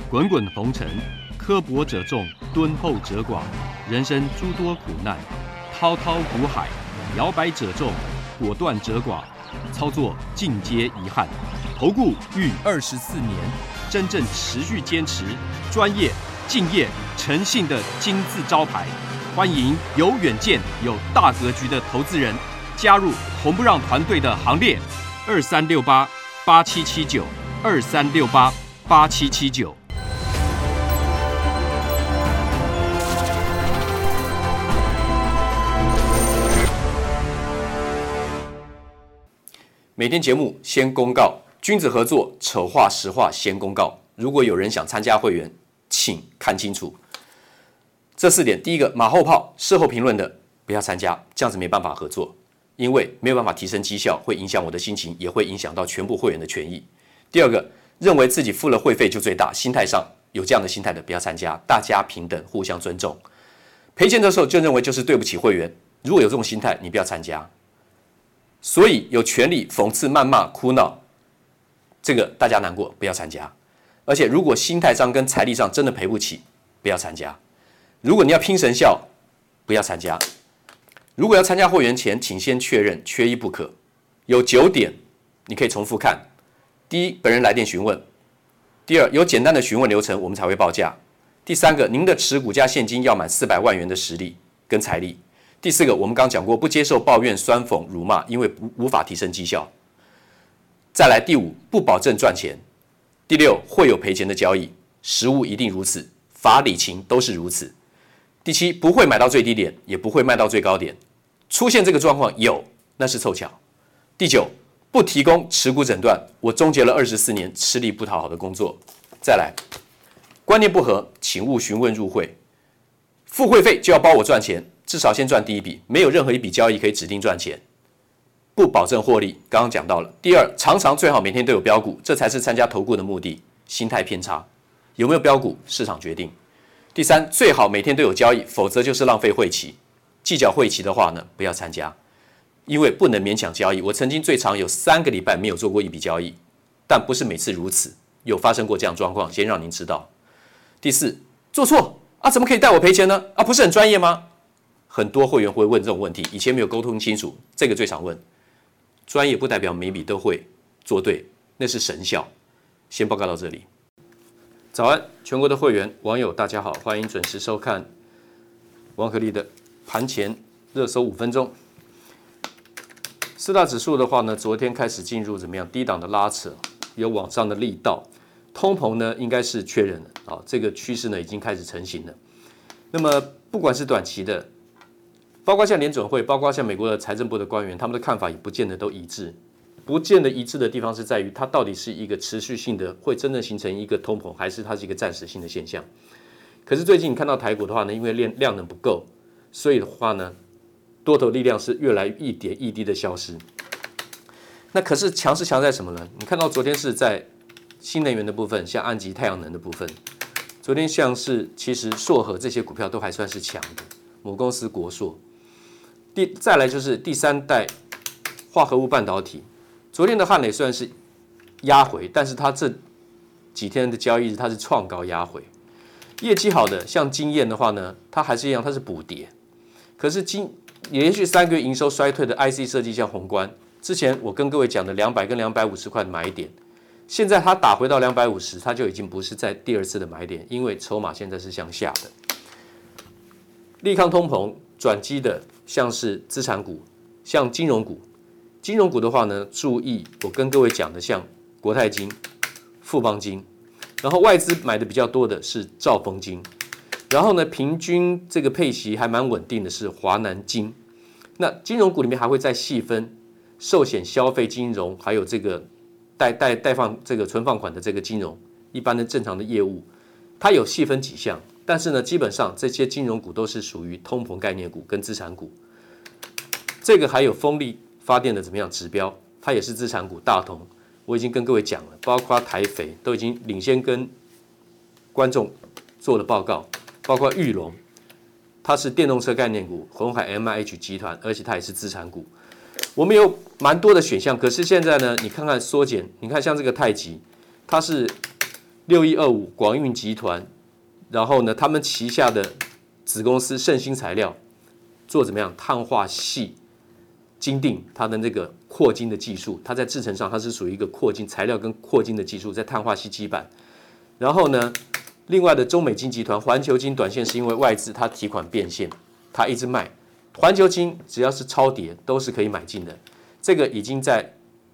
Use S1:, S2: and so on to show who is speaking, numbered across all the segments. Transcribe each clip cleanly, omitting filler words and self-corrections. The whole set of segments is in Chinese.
S1: 滚滚红尘，刻薄者众，敦厚者寡；人生诸多苦难，滔滔苦海，摇摆者众，果断者寡。操作尽皆遗憾。投顾逾24年，真正持续坚持、专业、敬业、诚信的金字招牌。欢迎有远见、有大格局的投资人加入红不让团队的行列。2368-8779，2368-8779。每天节目先公告，君子合作，丑话实话先公告。如果有人想参加会员，请看清楚这4点。第一个，马后炮、事后评论的不要参加，这样子没办法合作，因为没有办法提升绩效，会影响我的心情，也会影响到全部会员的权益。第二个，认为自己付了会费就最大，心态上有这样的心态的不要参加，大家平等，互相尊重。赔钱的时候就认为就是对不起会员，如果有这种心态，你不要参加。所以有权利讽刺、谩骂、哭闹，这个大家难过，不要参加。而且如果心态上跟财力上真的赔不起，不要参加。如果你要拼神效，不要参加。如果要参加会员前，请先确认，缺一不可。有9点，你可以重复看。第一，本人来电询问；第二，有简单的询问流程，我们才会报价；第三个，您的持股加现金要满400万元的实力跟财力；第四个，我们刚讲过，不接受抱怨、酸讽、辱骂，因为无法提升绩效。再来第5，不保证赚钱；第6，会有赔钱的交易，实务一定如此，法理情都是如此。第7，不会买到最低点，也不会卖到最高点，出现这个状况有，那是凑巧。第9，不提供持股诊断，我终结了24年吃力不讨好的工作。再来，观念不合，请勿询问入会，付会费就要包我赚钱，至少先赚第一笔，没有任何一笔交易可以指定赚钱，不保证获利。刚刚讲到了。第2，常常最好每天都有标股，这才是参加投顾的目的。心态偏差，有没有标股，市场决定。第3，最好每天都有交易，否则就是浪费会期。计较会期的话呢，不要参加，因为不能勉强交易。我曾经最长有3个礼拜没有做过一笔交易，但不是每次如此，有发生过这样状况，先让您知道。第4，做错啊，怎么可以带我赔钱呢？啊，不是很专业吗？很多会员会问这种问题，以前没有沟通清楚，这个最常问。专业不代表每笔都会做对，那是神效。先报告到这里。早安，全国的会员网友大家好，欢迎准时收看王可立的盘前热搜5分钟。4大指数的话呢，昨天开始进入怎么样低档的拉扯，有往上的力道，通膨呢应该是确认了啊，这个趋势呢已经开始成型了。那么不管是短期的，包括像联准会，包括像美国的财政部的官员，他们的看法也不见得都一致。不见得一致的地方是在于，它到底是一个持续性的，会真正形成一个通膨，还是它是一个暂时性的现象？可是最近你看到台股的话呢，因为量能不够，所以的话呢，多头力量是越来一点一滴的消失。那可是强在什么呢？你看到昨天是在新能源的部分，像安吉太阳能的部分，昨天像是其实硕和这些股票都还算是强的，母公司国硕。再来就是第3代化合物半导体。昨天的汉磊虽然是压回，但是它这几天的交易日它是创高压回。业绩好的像经验的话呢，它还是一样，它是补跌。可是连续3个月营收衰退的 IC 设计像宏观，之前我跟各位讲的200跟250块的买点，现在它打回到250，它就已经不是在第2次的买点，因为筹码现在是向下的。利康通膨转机的像是资产股，像金融股。金融股的话呢，注意我跟各位讲的，像国泰金、富邦金，然后外资买的比较多的是兆丰金，然后呢，平均这个配息还蛮稳定的是华南金。那金融股里面还会再细分寿险、消费金融，还有这个贷放这个存放款的这个金融，一般的正常的业务，它有细分几项，但是呢，基本上这些金融股都是属于通膨概念股跟资产股。这个还有风力发电的怎么样指标，它也是资产股，大同我已经跟各位讲了，包括台肥都已经领先跟观众做了报告，包括裕隆，它是电动车概念股，鸿海 MIH 集团，而且它也是资产股。我们有蛮多的选项，可是现在呢，你看看缩减，你看像这个太极，它是 6125广运集团，然后呢，他们旗下的子公司盛兴材料做怎么样？碳化系金锭，它的那个扩晶的技术，它在制程上它是属于一个扩晶材料跟扩晶的技术，在碳化系基板。然后呢，另外的中美金集团、环球金短线是因为外资它提款变现，它一直卖。环球金只要是超跌都是可以买进的，这个已经在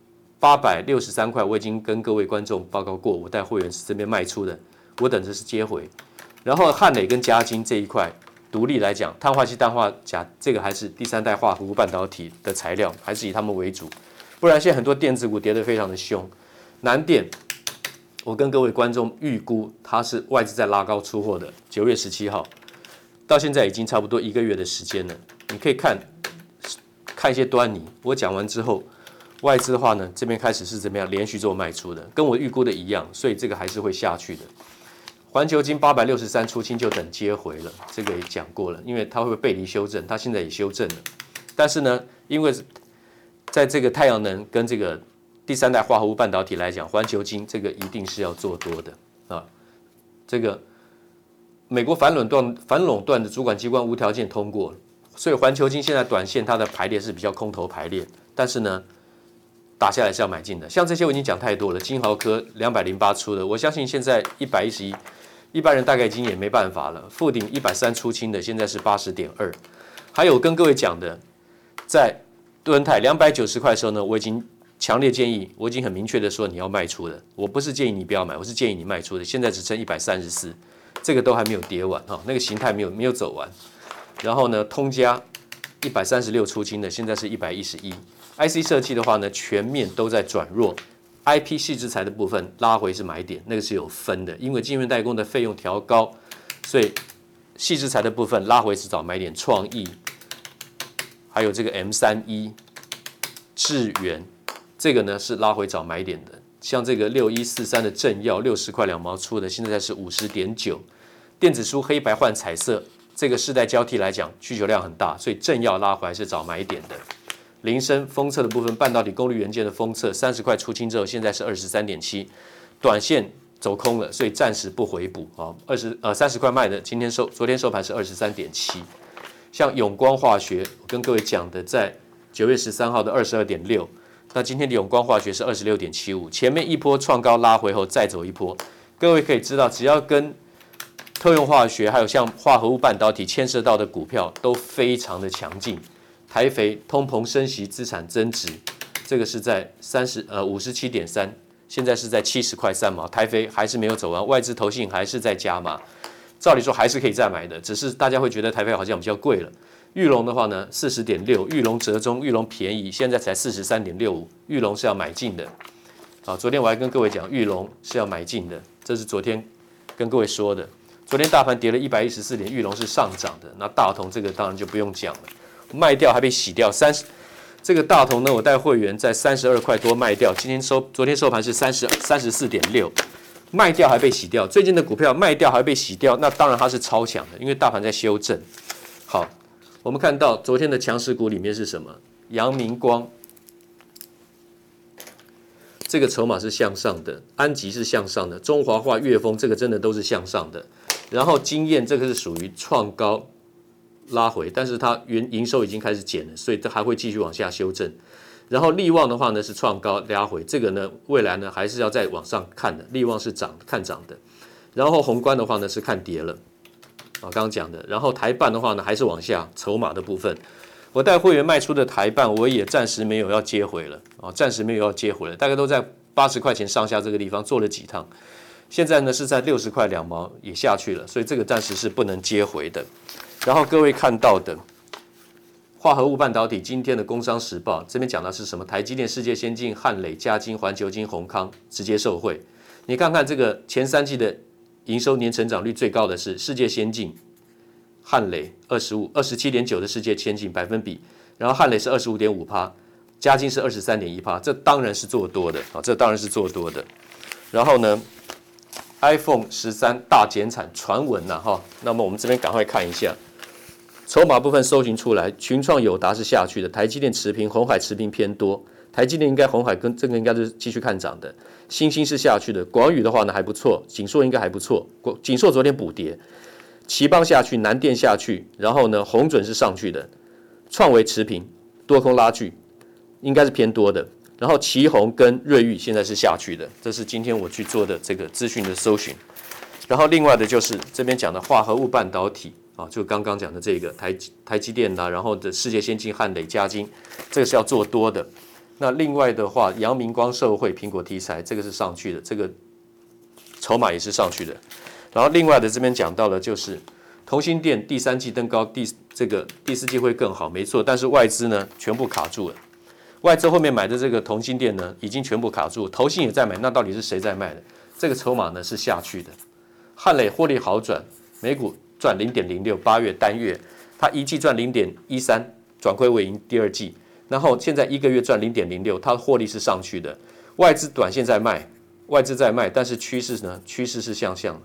S1: 863块，我已经跟各位观众报告过，我带会员是这边卖出的，我等着是接回。然后汉磊跟嘉金这一块独立来讲，碳化系氮化钾这个还是第三代化合物半导体的材料，还是以他们为主，不然现在很多电子股跌得非常的凶。南电，我跟各位观众预估它是外资在拉高出货的，9月17号到现在已经差不多1个月的时间了，你可以看一些端倪。我讲完之后，外资的话呢，这边开始是怎么样连续做卖出的，跟我预估的一样，所以这个还是会下去的。环球金863出清就等接回了，这个也讲过了，因为它会背离修正，它现在也修正了。但是呢，因为在这个太阳能跟这个第三代化合物半导体来讲，环球金这个一定是要做多的啊。这个美国反垄断的主管机关无条件通过，所以环球金现在短线它的排列是比较空头排列，但是呢，打下来是要买进的。像这些我已经讲太多了，金豪科208出的，我相信现在111。一般人大概已经也没办法了，富鼎130出清的，现在是80.2。还有跟各位讲的，在敦泰290块的时候呢，我已经强烈建议，我已经很明确的说你要卖出的，我不是建议你不要买，我是建议你卖出的。现在只剩134，这个都还没有跌完哈，那个形态没有走完。然后呢，通家136出清的，现在是111。IC 设计的话呢，全面都在转弱。IP 细制材的部分拉回是买点，那个是有分的，因为晶圆代工的费用调高，所以细制材的部分拉回是找买点。创意，还有这个 M31、智源，这个呢是拉回找买点的。像这个6143的正耀60块2毛出的，现在是50.9。电子书黑白换彩色，这个世代交替来讲需求量很大，所以正耀拉回是找买点的。林森封测的部分，半导体功率元件的封测30块出清之后，现在是23.7，短线走空了，所以暂时不回补啊。30块卖的，昨天收盘是23.7。像永光化学，我跟各位讲的，在9月13号的22.6，那今天的永光化学是26.75，前面一波创高拉回后再走一波，各位可以知道，只要跟特用化学还有像化合物半导体牵涉到的股票都非常的强劲。台肥通膨升息资产增值，这个是在57.3，现在是在70块3毛。台肥还是没有走完，外资投信还是在加码，照理说还是可以再买的，只是大家会觉得台肥好像比较贵了。裕隆的话呢，40.6，裕隆折中，裕隆便宜，现在才43.65，裕隆是要买进的。啊，昨天我还跟各位讲，裕隆是要买进的，这是昨天跟各位说的。昨天大盘跌了114点，裕隆是上涨的，那大同这个当然就不用讲了。卖掉还被洗掉这个大同呢，我带会员在32块多卖掉，昨天收盘是34.6，卖掉还被洗掉。最近的股票卖掉还被洗掉，那当然它是超强的，因为大盘在修正。好，我们看到昨天的强势股里面是什么？阳明光，这个筹码是向上的，安吉是向上的，中华化、粤丰这个真的都是向上的。然后经验这个是属于创高。拉回，但是它营收已经开始减了，所以它还会继续往下修正。然后力旺的话呢是创高拉回，这个呢未来呢还是要再往上看的。力旺是看涨的，然后宏观的话呢是看跌了，刚刚讲的。然后台办的话呢还是往下，筹码的部分，我带会员卖出的台办我也暂时没有要接回了暂时没有要接回了，大概都在80块钱上下这个地方做了几趟，现在呢是在60块2毛也下去了，所以这个暂时是不能接回的。然后各位看到的化合物半导体，今天的《工商时报》这边讲的是什么？台积电、世界先进、汉磊、嘉金、环球金、宏康直接受惠。你看看这个前3季的营收年成长率最高的是世界先进、汉磊27.9%的世界先进百分比，然后汉磊是25.5%，嘉金是23.1%，这当然是做多的这当然是做多的。然后呢？iPhone 13大减产传闻那么我们这边赶快看一下。筹码部分搜寻出来，群创友达是下去的，台积电持平，鸿海持平偏多， 台积电应该鸿海跟这个应该是继续看涨的，新兴是下去的，广宇的话呢还不错，景硕应该还不错，景硕昨天补跌，奇邦下去，南电下去，然后呢鸿准是上去的，创维持平，多空拉锯，应该是偏多的。然后奇宏跟瑞昱现在是下去的，这是今天我去做的这个资讯的搜寻。然后另外的就是这边讲的化合物半导体啊，就刚刚讲的这个台积电然后的世界先进、汉磊、嘉晶，这个是要做多的。那另外的话，阳明光、社会、苹果题材，这个是上去的，这个筹码也是上去的。然后另外的这边讲到了，就是同心电第3季登高，第4季会更好，没错。但是外资呢全部卡住了，外资后面买的这个同心电呢已经全部卡住，投信也在买，那到底是谁在卖的？这个筹码呢是下去的。汉磊获利好转，每股赚 0.06，8 月单月它一季赚 0.13， 转亏为盈第2季。然后现在1个月赚 0.06， 它的获利是上去的。外资短线在卖，但是趋势呢？趋势是向上的，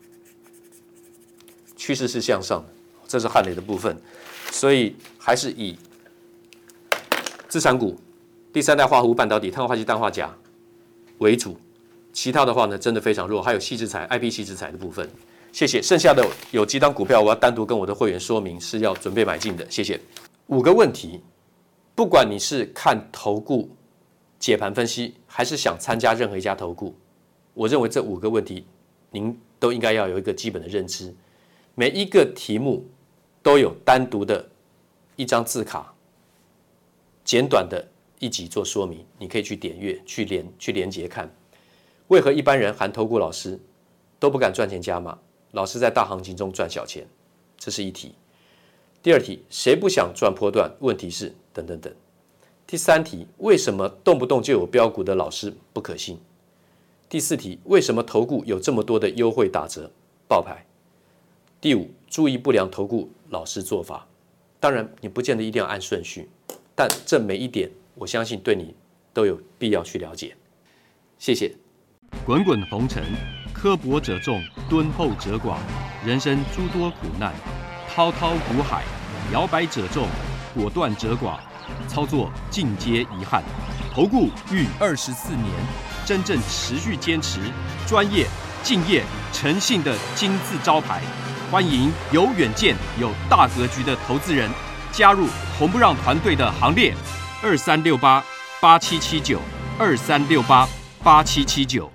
S1: 趋势是向上的，这是汉磊的部分。所以还是以资产股、第3代化合物半导体、碳化硅、氮化钾为主，其他的话呢，真的非常弱。还有矽智财、IP 矽智财的部分。谢谢。剩下的有几档股票，我要单独跟我的会员说明是要准备买进的。谢谢。5个问题。不管你是看投顾解盘分析，还是想参加任何一家投顾，我认为这5个问题您都应该要有一个基本的认知。每一个题目都有单独的一张字卡，简短的一集做说明，你可以去点阅、去连结看。为何一般人含投顾老师都不敢赚钱加码？老师在大行情中赚小钱，这是一题。第2题，谁不想赚波段？问题是等等等。第3题，为什么动不动就有标股的老师不可信？第4题，为什么投顾有这么多的优惠打折爆牌？第5，注意不良投顾老师做法。当然，你不见得一定要按顺序，但这每一点，我相信对你都有必要去了解。谢谢。
S2: 滚滚红尘，刻薄者众，敦厚者寡。人生诸多苦难，滔滔苦海，摇摆者众，果断者寡。操作尽皆遗憾。投顾逾24年，真正持续坚持、专业、敬业、诚信的金字招牌。欢迎有远见、有大格局的投资人加入红不让团队的行列。23688779，23688779。